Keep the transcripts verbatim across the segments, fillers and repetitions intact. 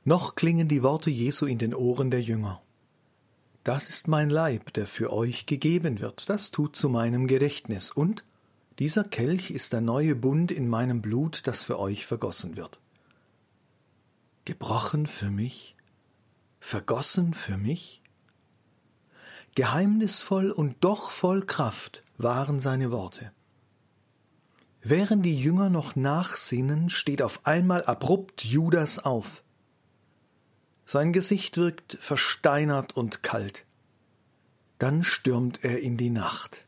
Noch klingen die Worte Jesu in den Ohren der Jünger. Das ist mein Leib, der für euch gegeben wird, das tut zu meinem Gedächtnis. Und dieser Kelch ist der neue Bund in meinem Blut, das für euch vergossen wird. Gebrochen für mich? Vergossen für mich? Geheimnisvoll und doch voll Kraft waren seine Worte. Während die Jünger noch nachsinnen, steht auf einmal abrupt Judas auf. Sein Gesicht wirkt versteinert und kalt. Dann stürmt er in die Nacht.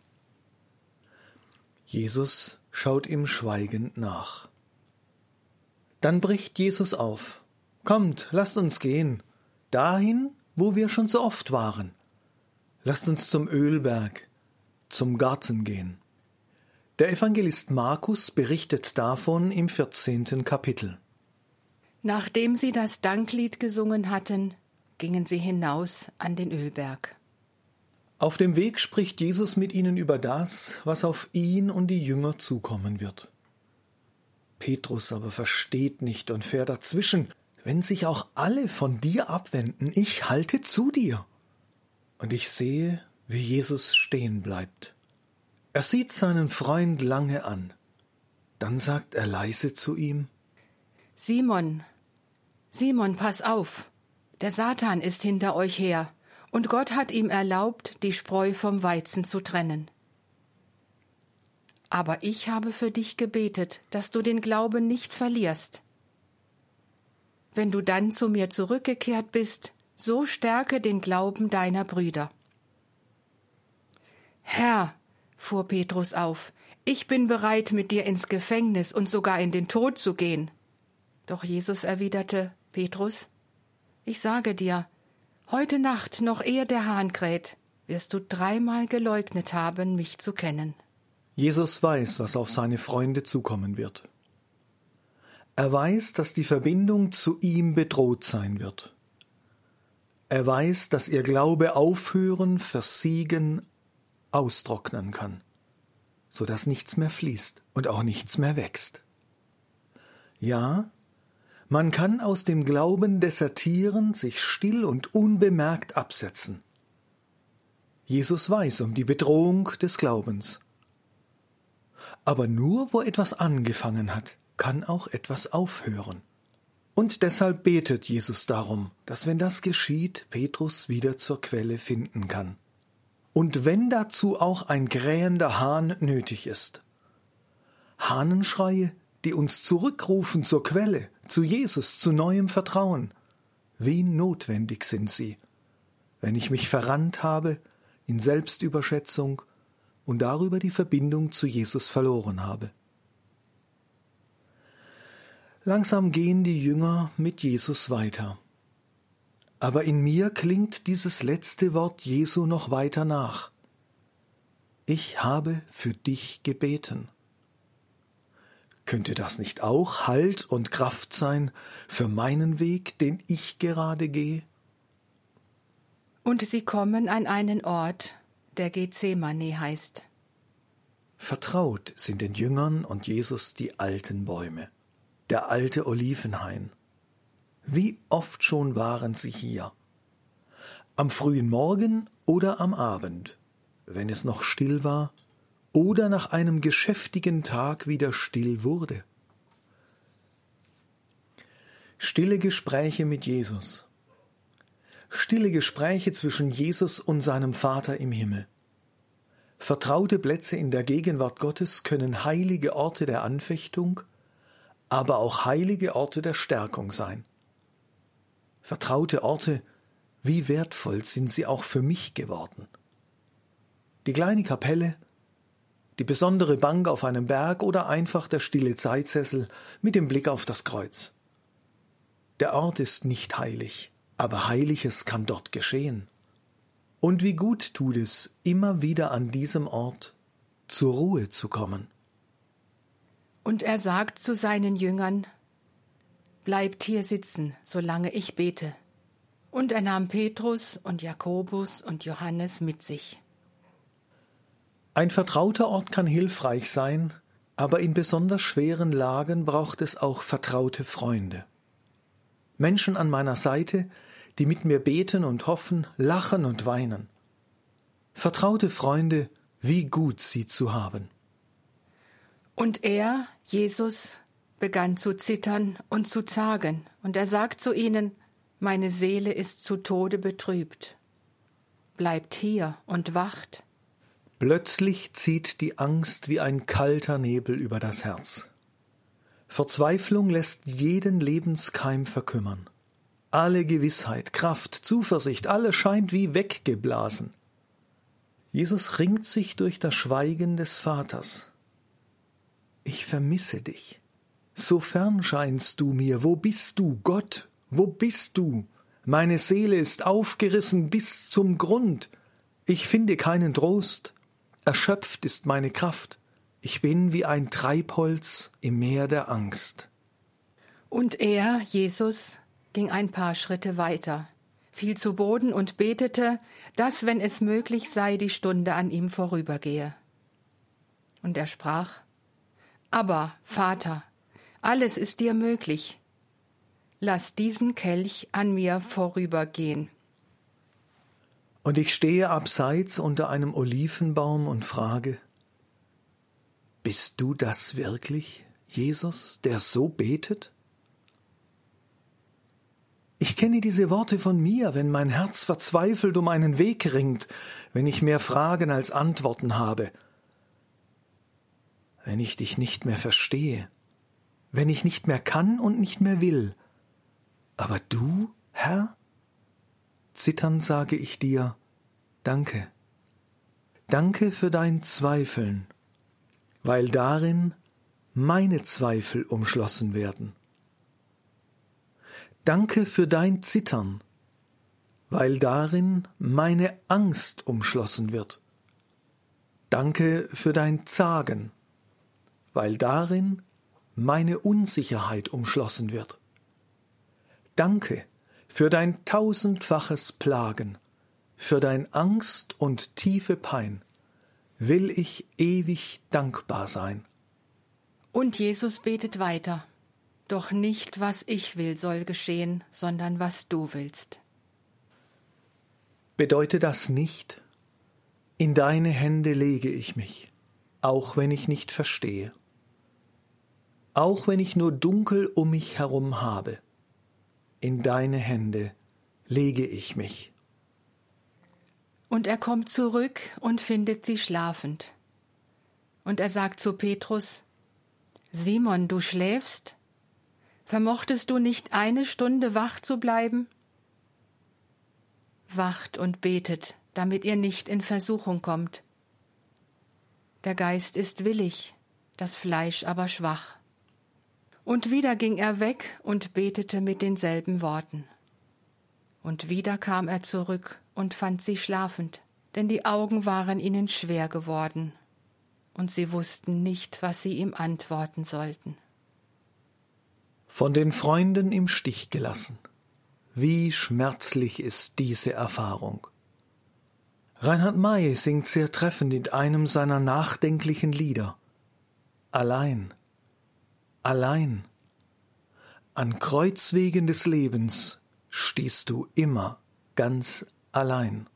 Jesus schaut ihm schweigend nach. Dann bricht Jesus auf. Kommt, lasst uns gehen, dahin, wo wir schon so oft waren. Lasst uns zum Ölberg, zum Garten gehen. Der Evangelist Markus berichtet davon im vierzehnten Kapitel. Nachdem sie das Danklied gesungen hatten, gingen sie hinaus an den Ölberg. Auf dem Weg spricht Jesus mit ihnen über das, was auf ihn und die Jünger zukommen wird. Petrus aber versteht nicht und fährt dazwischen. Wenn sich auch alle von dir abwenden, ich halte zu dir. Und ich sehe, wie Jesus stehen bleibt. Er sieht seinen Freund lange an. Dann sagt er leise zu ihm: Simon, Simon, pass auf, der Satan ist hinter euch her, und Gott hat ihm erlaubt, die Spreu vom Weizen zu trennen. Aber ich habe für dich gebetet, dass du den Glauben nicht verlierst. Wenn du dann zu mir zurückgekehrt bist, so stärke den Glauben deiner Brüder. Herr, fuhr Petrus auf, ich bin bereit, mit dir ins Gefängnis und sogar in den Tod zu gehen. Doch Jesus erwiderte: Petrus, ich sage dir, heute Nacht, noch ehe der Hahn kräht, wirst du dreimal geleugnet haben, mich zu kennen. Jesus weiß, was auf seine Freunde zukommen wird. Er weiß, dass die Verbindung zu ihm bedroht sein wird. Er weiß, dass ihr Glaube aufhören, versiegen, austrocknen kann, so dass nichts mehr fließt und auch nichts mehr wächst. Ja, man kann aus dem Glauben desertieren, sich still und unbemerkt absetzen. Jesus weiß um die Bedrohung des Glaubens. Aber nur wo etwas angefangen hat, kann auch etwas aufhören. Und deshalb betet Jesus darum, dass, wenn das geschieht, Petrus wieder zur Quelle finden kann. Und wenn dazu auch ein krähender Hahn nötig ist. Hahnenschreie, die uns zurückrufen zur Quelle, zu Jesus, zu neuem Vertrauen. Wie notwendig sind sie, wenn ich mich verrannt habe in Selbstüberschätzung und darüber die Verbindung zu Jesus verloren habe. Langsam gehen die Jünger mit Jesus weiter. Aber in mir klingt dieses letzte Wort Jesu noch weiter nach. Ich habe für dich gebeten. Könnte das nicht auch Halt und Kraft sein für meinen Weg, den ich gerade gehe? Und sie kommen an einen Ort, der Gethsemane heißt. Vertraut sind den Jüngern und Jesus die alten Bäume, der alte Olivenhain. Wie oft schon waren sie hier? Am frühen Morgen oder am Abend, wenn es noch still war, oder nach einem geschäftigen Tag wieder still wurde. Stille Gespräche mit Jesus. Stille Gespräche zwischen Jesus und seinem Vater im Himmel. Vertraute Plätze in der Gegenwart Gottes können heilige Orte der Anfechtung, aber auch heilige Orte der Stärkung sein. Vertraute Orte, wie wertvoll sind sie auch für mich geworden. Die kleine Kapelle, die besondere Bank auf einem Berg oder einfach der stille Zeitsessel mit dem Blick auf das Kreuz. Der Ort ist nicht heilig, aber Heiliges kann dort geschehen. Und wie gut tut es, immer wieder an diesem Ort zur Ruhe zu kommen. Und er sagt zu seinen Jüngern: Bleibt hier sitzen, solange ich bete. Und er nahm Petrus und Jakobus und Johannes mit sich. Ein vertrauter Ort kann hilfreich sein, aber in besonders schweren Lagen braucht es auch vertraute Freunde. Menschen an meiner Seite, die mit mir beten und hoffen, lachen und weinen. Vertraute Freunde, wie gut sie zu haben. Und er, Jesus, begann zu zittern und zu zagen, und er sagt zu ihnen: Meine Seele ist zu Tode betrübt. Bleibt hier und wacht. Plötzlich zieht die Angst wie ein kalter Nebel über das Herz. Verzweiflung lässt jeden Lebenskeim verkümmern. Alle Gewissheit, Kraft, Zuversicht, alles scheint wie weggeblasen. Jesus ringt sich durch das Schweigen des Vaters. Ich vermisse dich. So fern scheinst du mir. Wo bist du, Gott? Wo bist du? Meine Seele ist aufgerissen bis zum Grund. Ich finde keinen Trost. Erschöpft ist meine Kraft. Ich bin wie ein Treibholz im Meer der Angst. Und er, Jesus, ging ein paar Schritte weiter, fiel zu Boden und betete, dass, wenn es möglich sei, die Stunde an ihm vorübergehe. Und er sprach: Aber, Vater, alles ist dir möglich. Lass diesen Kelch an mir vorübergehen. Und ich stehe abseits unter einem Olivenbaum und frage: Bist du das wirklich, Jesus, der so betet? Ich kenne diese Worte von mir, wenn mein Herz verzweifelt um einen Weg ringt, wenn ich mehr Fragen als Antworten habe, wenn ich dich nicht mehr verstehe, wenn ich nicht mehr kann und nicht mehr will. Aber du, Herr? Zitternd sage ich dir: Danke. Danke für dein Zweifeln, weil darin meine Zweifel umschlossen werden. Danke für dein Zittern, weil darin meine Angst umschlossen wird. Danke für dein Zagen, weil darin meine Unsicherheit umschlossen wird. Danke für dein tausendfaches Plagen, für dein Angst und tiefe Pein will ich ewig dankbar sein. Und Jesus betet weiter: Doch nicht, was ich will, soll geschehen, sondern was du willst. Bedeutet das nicht: In deine Hände lege ich mich, auch wenn ich nicht verstehe, auch wenn ich nur dunkel um mich herum habe, in deine Hände lege ich mich. Und er kommt zurück und findet sie schlafend. Und er sagt zu Petrus: Simon, du schläfst? Vermochtest du nicht eine Stunde wach zu bleiben? Wacht und betet, damit ihr nicht in Versuchung kommt. Der Geist ist willig, das Fleisch aber schwach. Und wieder ging er weg und betete mit denselben Worten. Und wieder kam er zurück und fand sie schlafend, denn die Augen waren ihnen schwer geworden, und sie wussten nicht, was sie ihm antworten sollten. Von den Freunden im Stich gelassen. Wie schmerzlich ist diese Erfahrung. Reinhard May singt sehr treffend in einem seiner nachdenklichen Lieder: Allein, allein, an Kreuzwegen des Lebens stehst du immer ganz allein.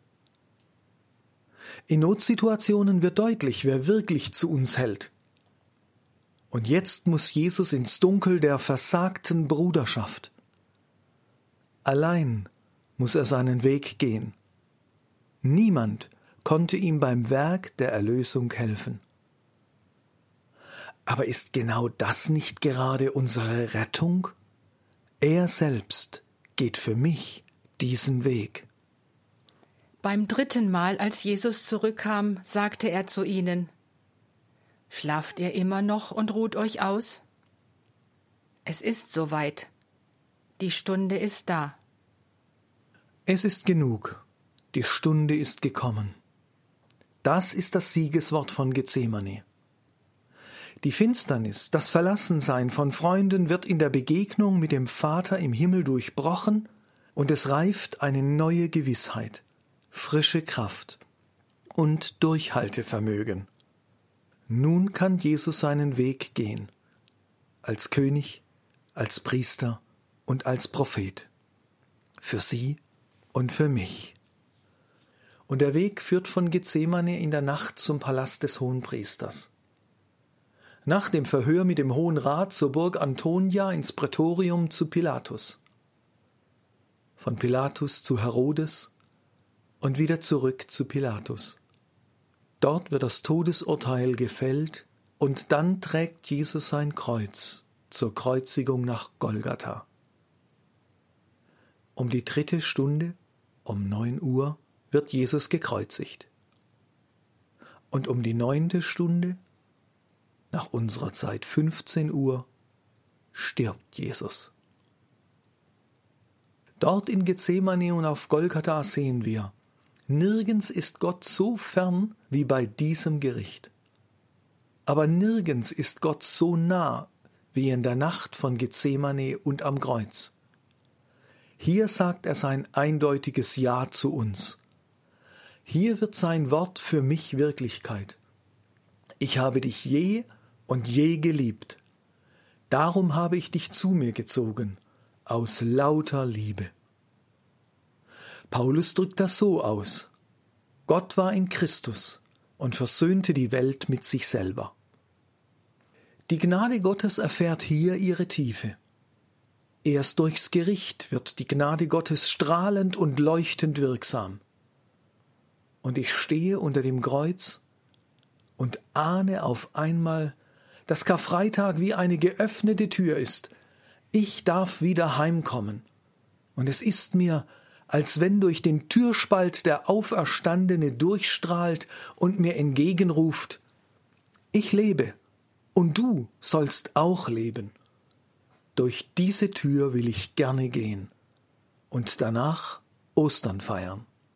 In Notsituationen wird deutlich, wer wirklich zu uns hält. Und jetzt muss Jesus ins Dunkel der versagten Bruderschaft. Allein muss er seinen Weg gehen. Niemand konnte ihm beim Werk der Erlösung helfen. Aber ist genau das nicht gerade unsere Rettung? Er selbst geht für mich diesen Weg. Beim dritten Mal, als Jesus zurückkam, sagte er zu ihnen: Schlaft ihr immer noch und ruht euch aus? Es ist soweit. Die Stunde ist da. Es ist genug. Die Stunde ist gekommen. Das ist das Siegeswort von Gethsemane. Die Finsternis, das Verlassensein von Freunden wird in der Begegnung mit dem Vater im Himmel durchbrochen und es reift eine neue Gewissheit, frische Kraft und Durchhaltevermögen. Nun kann Jesus seinen Weg gehen, als König, als Priester und als Prophet. Für sie und für mich. Und der Weg führt von Gethsemane in der Nacht zum Palast des Hohenpriesters. Nach dem Verhör mit dem Hohen Rat zur Burg Antonia ins Prätorium zu Pilatus. Von Pilatus zu Herodes und wieder zurück zu Pilatus. Dort wird das Todesurteil gefällt und dann trägt Jesus sein Kreuz zur Kreuzigung nach Golgatha. Um die dritte Stunde, um neun Uhr, wird Jesus gekreuzigt. Und um die neunte Stunde, nach unserer Zeit fünfzehn Uhr, stirbt Jesus. Dort in Gethsemane und auf Golgatha sehen wir, nirgends ist Gott so fern wie bei diesem Gericht. Aber nirgends ist Gott so nah wie in der Nacht von Gethsemane und am Kreuz. Hier sagt er sein eindeutiges Ja zu uns. Hier wird sein Wort für mich Wirklichkeit. Ich habe dich je und je geliebt. Darum habe ich dich zu mir gezogen, aus lauter Liebe. Paulus drückt das so aus. Gott war in Christus und versöhnte die Welt mit sich selber. Die Gnade Gottes erfährt hier ihre Tiefe. Erst durchs Gericht wird die Gnade Gottes strahlend und leuchtend wirksam. Und ich stehe unter dem Kreuz und ahne auf einmal, dass Karfreitag wie eine geöffnete Tür ist. Ich darf wieder heimkommen. Und es ist mir, als wenn durch den Türspalt der Auferstandene durchstrahlt und mir entgegenruft, ich lebe und du sollst auch leben. Durch diese Tür will ich gerne gehen und danach Ostern feiern.